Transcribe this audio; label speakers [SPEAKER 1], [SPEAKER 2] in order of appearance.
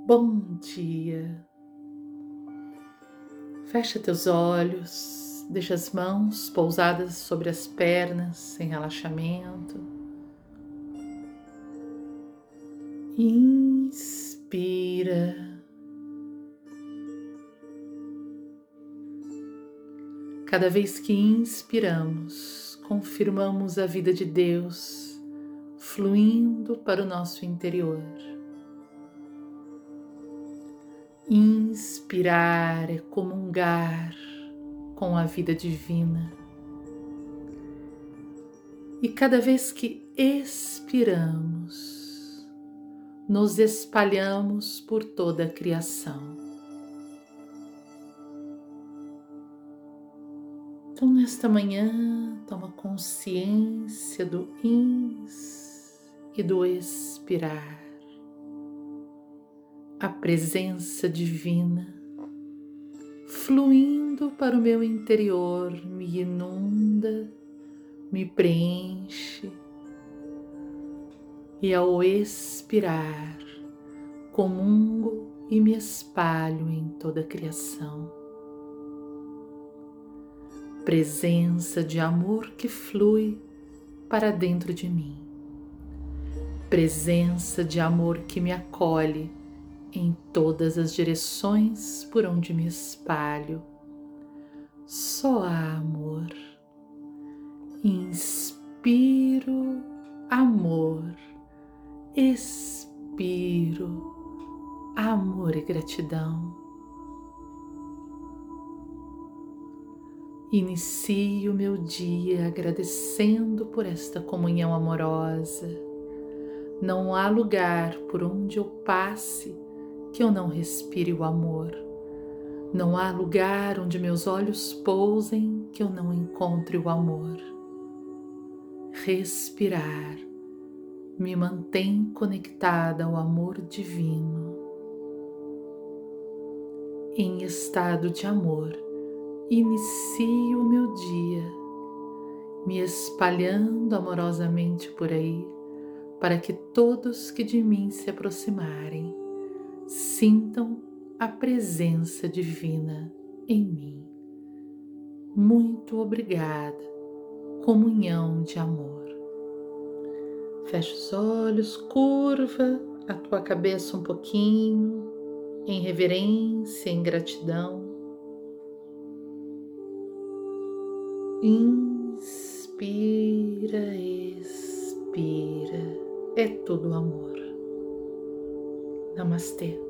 [SPEAKER 1] Bom dia. Fecha teus olhos, deixa as mãos pousadas sobre as pernas em relaxamento. Inspira. Cada vez que inspiramos, confirmamos a vida de Deus fluindo para o nosso interior. Inspirar é comungar com a vida divina. E cada vez que expiramos, nos espalhamos por toda a criação. Então, nesta manhã, toma consciência do ins e do expirar. A presença divina fluindo para o meu interior me inunda, me preenche e ao expirar comungo e me espalho em toda a criação. Presença de amor que flui para dentro de mim. Presença de amor que me acolhe em todas as direções por onde me espalho. Só há amor. Inspiro amor. Expiro amor e gratidão. Inicio meu dia agradecendo por esta comunhão amorosa. Não há lugar por onde eu passe que eu não respire o amor. Não há lugar onde meus olhos pousem que eu não encontre o amor. Respirar me mantém conectada ao amor divino. Em estado de amor, inicio o meu dia, me espalhando amorosamente por aí, para que todos que de mim se aproximarem sintam a presença divina em mim. Muito obrigada, comunhão de amor. Fecha os olhos, curva a tua cabeça um pouquinho, em reverência, em gratidão. Inspira, expira, é tudo amor. Namastê.